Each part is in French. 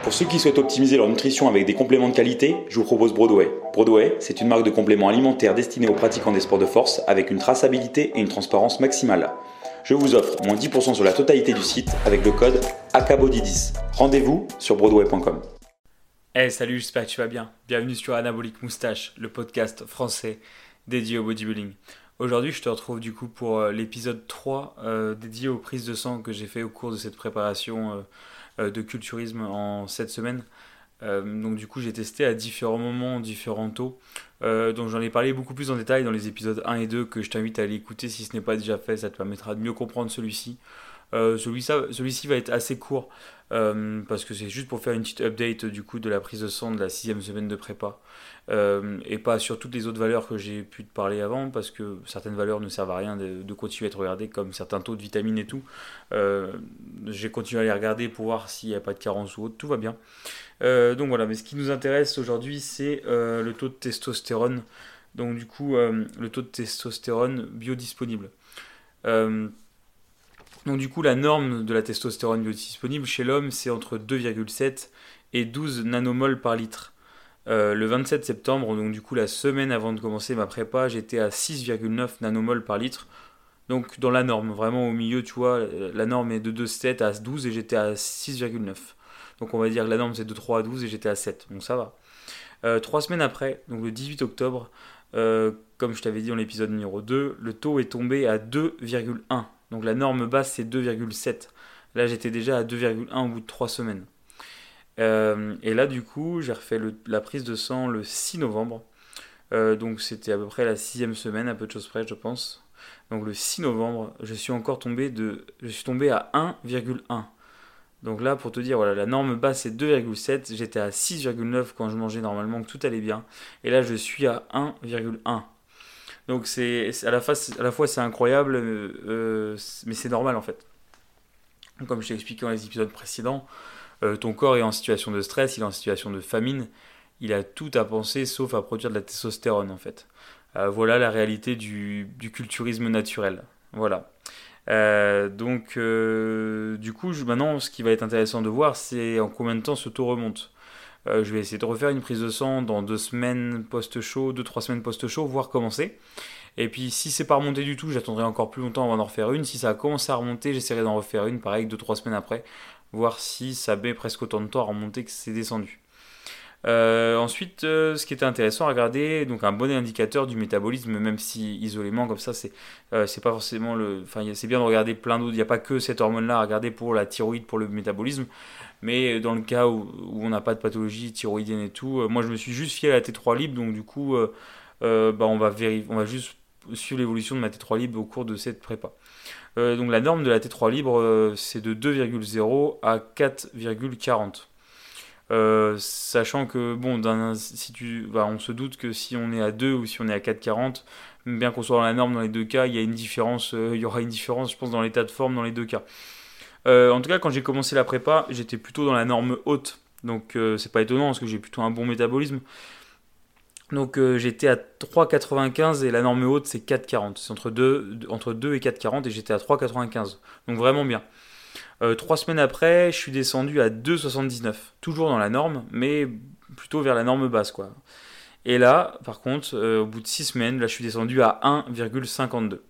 Pour ceux qui souhaitent optimiser leur nutrition avec des compléments de qualité, je vous propose Broadway. Broadway, c'est une marque de compléments alimentaires destinée aux pratiquants des sports de force avec une traçabilité et une transparence maximale. Je vous offre moins 10% sur la totalité du site avec le code AKBODY10. Rendez-vous sur broadway.com. Hey, salut, j'espère que tu vas bien. Bienvenue sur Anabolic Moustache, le podcast français dédié au bodybuilding. Aujourd'hui, je te retrouve du coup pour l'épisode 3 dédié aux prises de sang que j'ai fait au cours de cette préparation de culturisme en 7 semaines. Donc du coup, j'ai testé à différents moments, différents taux. Donc j'en ai parlé beaucoup plus en détail dans les épisodes 1 et 2 que je t'invite à aller écouter si ce n'est pas déjà fait. Ça te permettra de mieux comprendre celui-ci. Celui-ci va être assez court parce que c'est juste pour faire une petite update du coup de la prise de sang de la 6e semaine de prépa et pas sur toutes les autres valeurs que j'ai pu te parler avant parce que certaines valeurs ne servent à rien de continuer à être regardées comme certains taux de vitamines et tout. J'ai continué à les regarder pour voir s'il n'y a pas de carence ou autre, tout va bien. Donc voilà, mais ce qui nous intéresse aujourd'hui c'est le taux de testostérone, donc du coup le taux de testostérone biodisponible. Donc du coup, la norme de la testostérone biodisponible chez l'homme, c'est entre 2,7 et 12 nanomoles par litre. Le 27 septembre, donc du coup la semaine avant de commencer ma prépa, j'étais à 6,9 nanomoles par litre. Donc dans la norme, vraiment au milieu, tu vois, la norme est de 2,7 à 12 et j'étais à 6,9. Donc on va dire que la norme c'est de 3 à 12 et j'étais à 7, donc ça va. 3 semaines après, donc le 18 octobre, comme je t'avais dit dans l'épisode numéro 2, le taux est tombé à 2,1. Donc la norme basse c'est 2,7. Là j'étais déjà à 2,1 au bout de 3 semaines. Et là du coup j'ai refait la prise de sang le 6 novembre. Donc c'était à peu près la 6e semaine, à peu de choses près je pense. Donc le 6 novembre je suis tombé à 1,1. Donc là pour te dire, voilà, la norme basse c'est 2,7. J'étais à 6,9 quand je mangeais normalement, que tout allait bien. Et là je suis à 1,1. Donc à la fois c'est incroyable, mais c'est normal en fait. Comme je t'ai expliqué dans les épisodes précédents, ton corps est en situation de stress, il est en situation de famine, il a tout à penser sauf à produire de la testostérone en fait. Voilà la réalité du culturisme naturel. Voilà. Du coup, maintenant, ce qui va être intéressant de voir, c'est en combien de temps ce taux remonte. Je vais essayer de refaire une prise de sang dans 2 semaines post-show, 2-3 semaines post-show, voir comment c'est. Et puis si c'est pas remonté du tout, j'attendrai encore plus longtemps avant d'en refaire une. Si ça a commencé à remonter, j'essaierai d'en refaire une, pareil, 2-3 semaines après, voir si ça met presque autant de temps à remonter que c'est descendu. Ensuite, ce qui était intéressant à regarder, donc un bon indicateur du métabolisme, même si isolément comme ça, c'est pas forcément c'est bien de regarder plein d'autres. Il n'y a pas que cette hormone-là à regarder pour la thyroïde, pour le métabolisme, mais dans le cas où on n'a pas de pathologie thyroïdienne et tout, moi je me suis juste fié à la T3 libre, donc du coup, on va juste suivre l'évolution de ma T3 libre au cours de cette prépa. Donc la norme de la T3 libre, c'est de 2,0 à 4,40. Sachant que bon, on se doute que si on est à 2 ou si on est à 4,40, bien qu'on soit dans la norme dans les deux cas, il y aura une différence, je pense, dans l'état de forme dans les deux cas. En tout cas, quand j'ai commencé la prépa, j'étais plutôt dans la norme haute, donc c'est pas étonnant parce que j'ai plutôt un bon métabolisme. Donc j'étais à 3,95 et la norme haute c'est 4,40. C'est entre 2 et 4,40 et j'étais à 3,95. Donc vraiment bien. 3 semaines après, je suis descendu à 2,79. Toujours dans la norme, mais plutôt vers la norme basse, quoi. Et là, par contre, au bout de 6 semaines, là, je suis descendu à 1,52.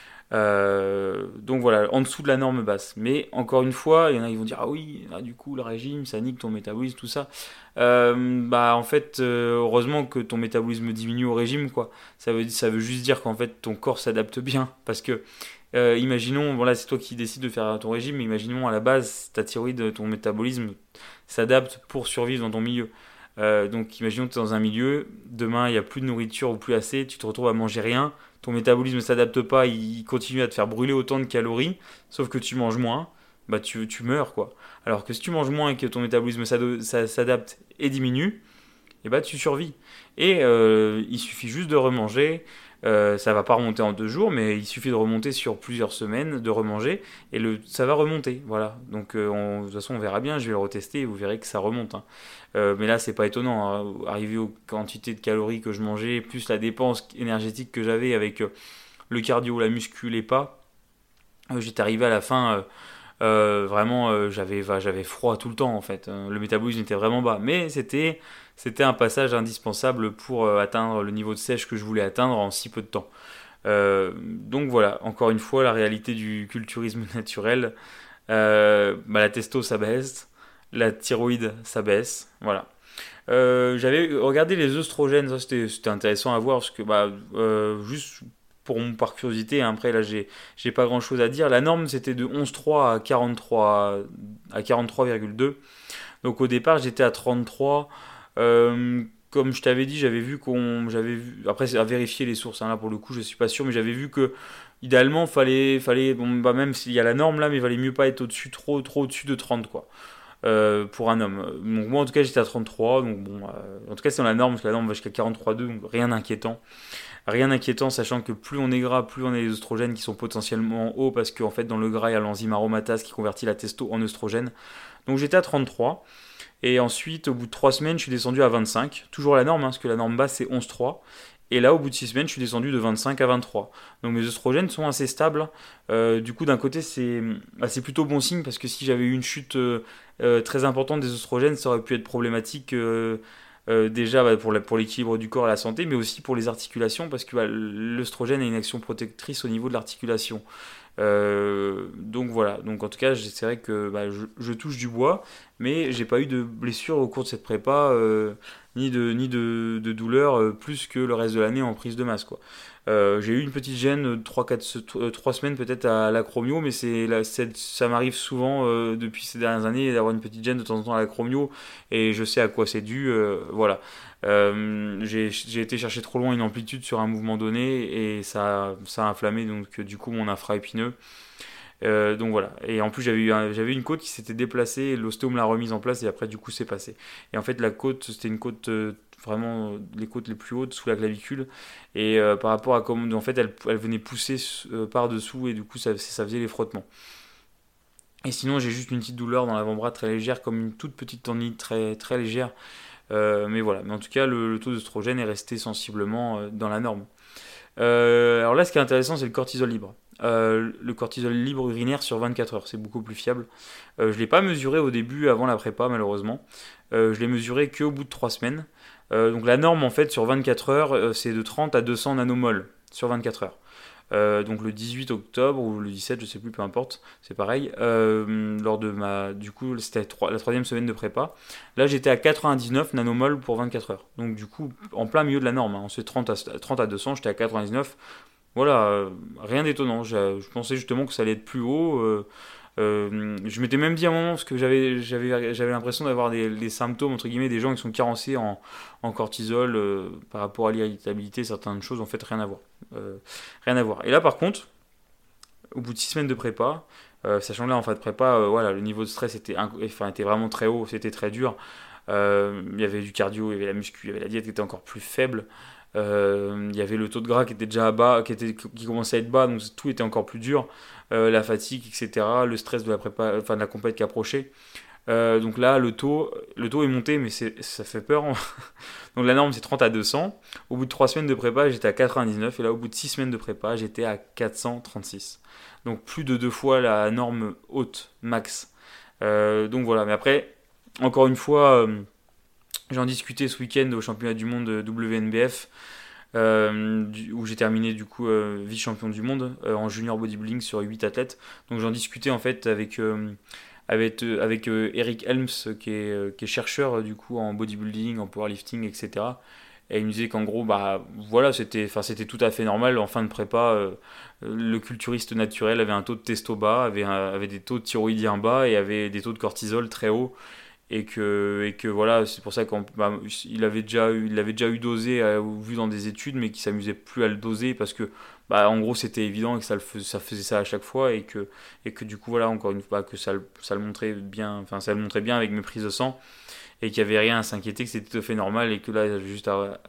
Donc voilà, en dessous de la norme basse. Mais encore une fois, il y en a qui vont dire ah oui, là, du coup le régime ça nique ton métabolisme, tout ça. En fait, heureusement que ton métabolisme diminue au régime, quoi. Ça veut juste dire qu'en fait ton corps s'adapte bien. Parce que imaginons, bon là c'est toi qui décides de faire ton régime, mais imaginons à la base ta thyroïde, ton métabolisme s'adapte pour survivre dans ton milieu. Donc imaginons que tu es dans un milieu, demain il n'y a plus de nourriture ou plus assez, tu te retrouves à manger rien, ton métabolisme ne s'adapte pas, il continue à te faire brûler autant de calories, sauf que tu manges moins, bah tu meurs quoi. Alors que si tu manges moins et que ton métabolisme s'adapte et diminue, et bah tu survis. Et il suffit juste de remanger. Ça va pas remonter en 2 jours, mais il suffit de remonter sur plusieurs semaines, de remanger, et ça va remonter. Voilà. Donc de toute façon, on verra bien. Je vais le retester et vous verrez que ça remonte. Hein. Mais là, c'est pas étonnant. Hein. Arrivé aux quantités de calories que je mangeais, plus la dépense énergétique que j'avais avec le cardio, la muscu, les pas, j'étais arrivé à la fin. Vraiment, j'avais froid tout le temps en fait. Le métabolisme était vraiment bas. Mais c'était un passage indispensable pour atteindre le niveau de sèche que je voulais atteindre en si peu de temps. Donc voilà, encore une fois, la réalité du culturisme naturel. La testo ça baisse, la thyroïde ça baisse, voilà. J'avais regardé les œstrogènes, ça c'était intéressant à voir parce que juste par curiosité, hein, après là j'ai pas grand chose à dire. La norme c'était de 11,3 à 43,2. Donc au départ j'étais à 33. Comme je t'avais dit, j'avais vu, après à vérifier les sources, hein, là pour le coup je suis pas sûr, mais j'avais vu que idéalement bon, même s'il y a la norme là, mais il valait mieux pas être trop au-dessus de 30 quoi, pour un homme. Donc moi en tout cas j'étais à 33, donc bon, en tout cas c'est dans la norme, parce que la norme va jusqu'à 43,2, donc rien d'inquiétant. Rien d'inquiétant, sachant que plus on est gras, plus on a les oestrogènes qui sont potentiellement hauts, parce qu'en fait dans le gras il y a l'enzyme aromatase qui convertit la testo en oestrogène. Donc j'étais à 33. Et ensuite, au bout de 3 semaines, je suis descendu à 25. Toujours la norme, hein, parce que la norme basse, c'est 11,3. Et là, au bout de 6 semaines, je suis descendu de 25 à 23. Donc mes oestrogènes sont assez stables. Du coup, d'un côté, c'est plutôt bon signe, parce que si j'avais eu une chute très importante des oestrogènes, ça aurait pu être problématique. Déjà pour l'équilibre du corps et la santé, mais aussi pour les articulations, parce que l'œstrogène a une action protectrice au niveau de l'articulation. Donc voilà, donc en tout cas c'est vrai que je touche du bois, mais j'ai pas eu de blessure au cours de cette prépa, ni de douleur, plus que le reste de l'année en prise de masse quoi. J'ai eu une petite gêne 3 semaines peut-être à l'acromio, mais ça m'arrive souvent depuis ces dernières années d'avoir une petite gêne de temps en temps à l'acromio, et je sais à quoi c'est dû, voilà. J'ai été chercher trop loin une amplitude sur un mouvement donné, et ça a inflammé donc du coup mon infra-épineux. Donc voilà. Et en plus j'avais une côte qui s'était déplacée, et l'ostéo me l'a remise en place, et après du coup c'est passé. Et en fait la côte c'était une côte vraiment les côtes les plus hautes sous la clavicule, et par rapport à comme en fait elle venait pousser par dessous, et du coup ça faisait les frottements. Et sinon j'ai juste une petite douleur dans l'avant-bras très légère, comme une toute petite tendinite très très légère. Mais voilà, mais en tout cas le taux d'œstrogène est resté sensiblement dans la norme. Alors là, ce qui est intéressant, c'est le cortisol libre. Le cortisol libre urinaire sur 24 heures, c'est beaucoup plus fiable. Je ne l'ai pas mesuré au début, avant la prépa, malheureusement. Je l'ai mesuré qu'au bout de 3 semaines. Donc la norme, en fait, sur 24 heures, c'est de 30 à 200 nanomoles sur 24 heures. Donc le 18 octobre ou le 17, je sais plus, peu importe, c'est pareil. Lors de du coup, c'était la troisième semaine de prépa. Là, j'étais à 99 nanomoles pour 24 heures. Donc du coup, en plein milieu de la norme, hein. On se fait 30 à 200, j'étais à 99. Voilà, rien d'étonnant. Je pensais justement que ça allait être plus haut. Je m'étais même dit à un moment, parce que j'avais l'impression d'avoir les symptômes, entre guillemets, des gens qui sont carencés en cortisol par rapport à l'irritabilité, certaines choses, en fait, rien à voir. Rien à voir. Et là, par contre, au bout de 6 semaines de prépa, sachant que là, en fin de prépa, voilà, le niveau de stress était vraiment très haut, c'était très dur. Il y avait du cardio, il y avait la muscu, il y avait la diète qui était encore plus faible. Il y avait le taux de gras qui était déjà bas, qui commençait à être bas, donc tout était encore plus dur. La fatigue, etc. Le stress de la prépa, enfin de la compète qui approchait. Donc là, le taux est monté, mais ça fait peur. Donc la norme, c'est 30 à 200. Au bout de 3 semaines de prépa, j'étais à 99. Et là, au bout de 6 semaines de prépa, j'étais à 436. Donc plus de 2 fois la norme haute, max. Donc voilà, mais après, encore une fois, j'en discutais ce week-end au championnat du monde WNBF. Où j'ai terminé du coup vice-champion du monde en junior bodybuilding sur 8 athlètes. Donc j'en discutais en fait avec Eric Helms qui est chercheur du coup en bodybuilding, en powerlifting, etc. Et il me disait qu'en gros, voilà, c'était tout à fait normal. En fin de prépa, le culturiste naturel avait un taux de testo bas, avait des taux de thyroïdien bas, et avait des taux de cortisol très hauts. Et que voilà, c'est pour ça qu'il l'avait déjà eu dosé, vu dans des études, mais qu'il s'amusait plus à le doser, parce que en gros c'était évident, et que ça faisait ça à chaque fois, et que du coup voilà, encore une fois, que ça le montrait bien, enfin ça le montrait bien avec mes prises de sang, et qu'il n'y avait rien à s'inquiéter, que c'était tout à fait normal, et que là j'avais juste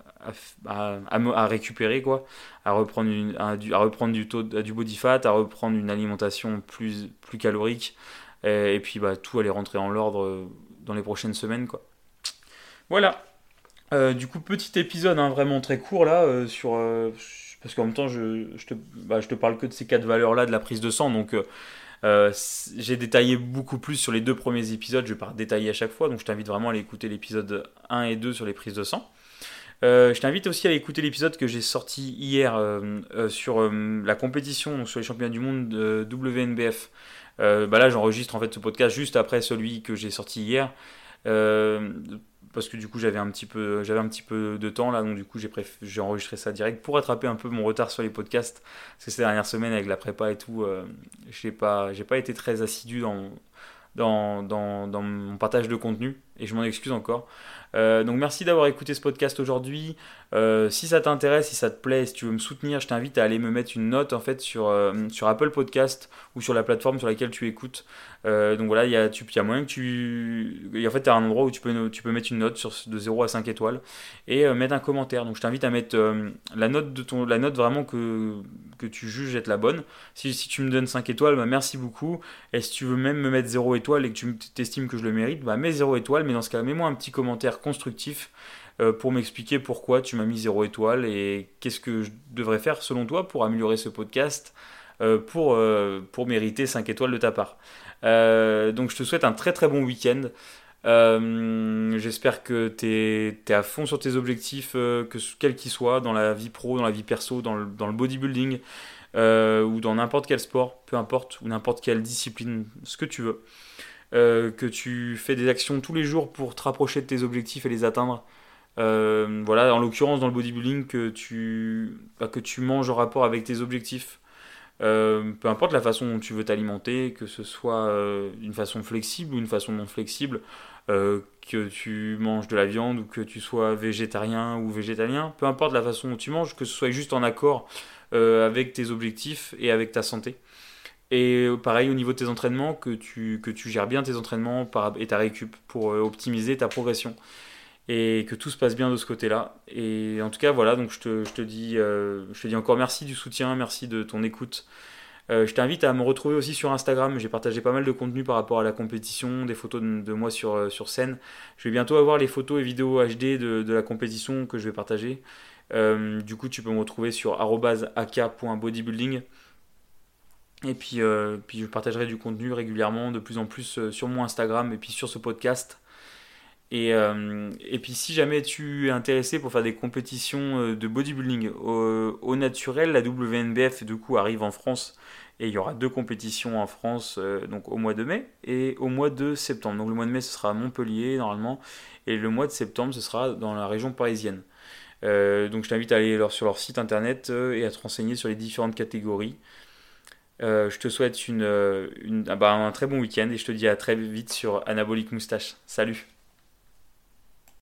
à récupérer quoi, à reprendre du body fat, à reprendre une alimentation plus calorique, et puis tout allait rentrer en l'ordre dans les prochaines semaines quoi. Voilà. Du coup, petit épisode, hein, vraiment très court là, parce qu'en même temps je te parle que de ces quatre valeurs là de la prise de sang, donc J'ai détaillé beaucoup plus sur les 2 premiers épisodes, je vais pas détailler à chaque fois, donc je t'invite vraiment à aller écouter l'épisode 1 et 2 sur les prises de sang. Je t'invite aussi à écouter l'épisode que j'ai sorti hier sur la compétition, donc sur les championnats du monde de WNBF. Là, j'enregistre en fait ce podcast juste après celui que j'ai sorti hier. Euh, Parce que du coup j'avais un petit peu de temps là, donc du coup j'ai enregistré ça direct pour rattraper un peu mon retard sur les podcasts, parce que ces dernières semaines avec la prépa et tout, j'ai pas été très assidu dans mon partage de contenu, et je m'en excuse encore. Donc merci d'avoir écouté ce podcast aujourd'hui. Si ça t'intéresse, si ça te plaît, si tu veux me soutenir, je t'invite à aller me mettre une note en fait sur Apple Podcast ou sur la plateforme sur laquelle tu écoutes. Donc voilà, il y a moyen que en fait, tu as un endroit où tu peux mettre une note de 0 à 5 étoiles et mettre un commentaire. Donc je t'invite à mettre la note vraiment que tu juges être la bonne. Si tu me donnes 5 étoiles, bah, merci beaucoup. Et si tu veux même me mettre 0 étoile et que tu t'estimes que je le mérite, bah, mets 0 étoile. Mais dans ce cas, mets-moi un petit commentaire constructif pour m'expliquer pourquoi tu m'as mis 0 étoile et qu'est-ce que je devrais faire selon toi pour améliorer ce podcast pour mériter 5 étoiles de ta part. Donc je te souhaite un très très bon week-end. J'espère que tu es à fond sur tes objectifs, quels qu'ils soient, dans la vie pro, dans la vie perso, dans le bodybuilding, ou dans n'importe quel sport, peu importe, ou n'importe quelle discipline, ce que tu veux. Que tu fais des actions tous les jours pour te rapprocher de tes objectifs et les atteindre. Voilà, en l'occurrence dans le bodybuilding, que tu manges en rapport avec tes objectifs. Peu importe la façon dont tu veux t'alimenter, que ce soit d'une façon flexible ou une façon non flexible, que tu manges de la viande ou que tu sois végétarien ou végétalien, peu importe la façon dont tu manges, que ce soit juste en accord avec tes objectifs et avec ta santé. Et pareil au niveau de tes entraînements, que tu gères bien tes entraînements et ta récup pour optimiser ta progression. Et que tout se passe bien de ce côté-là. Et en tout cas, voilà, donc je te dis encore merci du soutien, merci de ton écoute. Je t'invite à me retrouver aussi sur Instagram. J'ai partagé pas mal de contenu par rapport à la compétition, des photos de moi sur scène. Je vais bientôt avoir les photos et vidéos HD de la compétition que je vais partager. Du coup, tu peux me retrouver sur @ak.bodybuilding. Et puis je partagerai du contenu régulièrement, de plus en plus sur mon Instagram et puis sur ce podcast. Et puis si jamais tu es intéressé pour faire des compétitions de bodybuilding au naturel, la WNBF du coup arrive en France, et il y aura 2 compétitions en France, donc au mois de mai et au mois de septembre. Donc le mois de mai ce sera à Montpellier normalement, et le mois de septembre ce sera dans la région parisienne. Donc je t'invite à aller sur leur site internet et à te renseigner sur les différentes catégories. Je te souhaite un très bon week-end et je te dis à très vite sur Anabolic Moustache. Salut!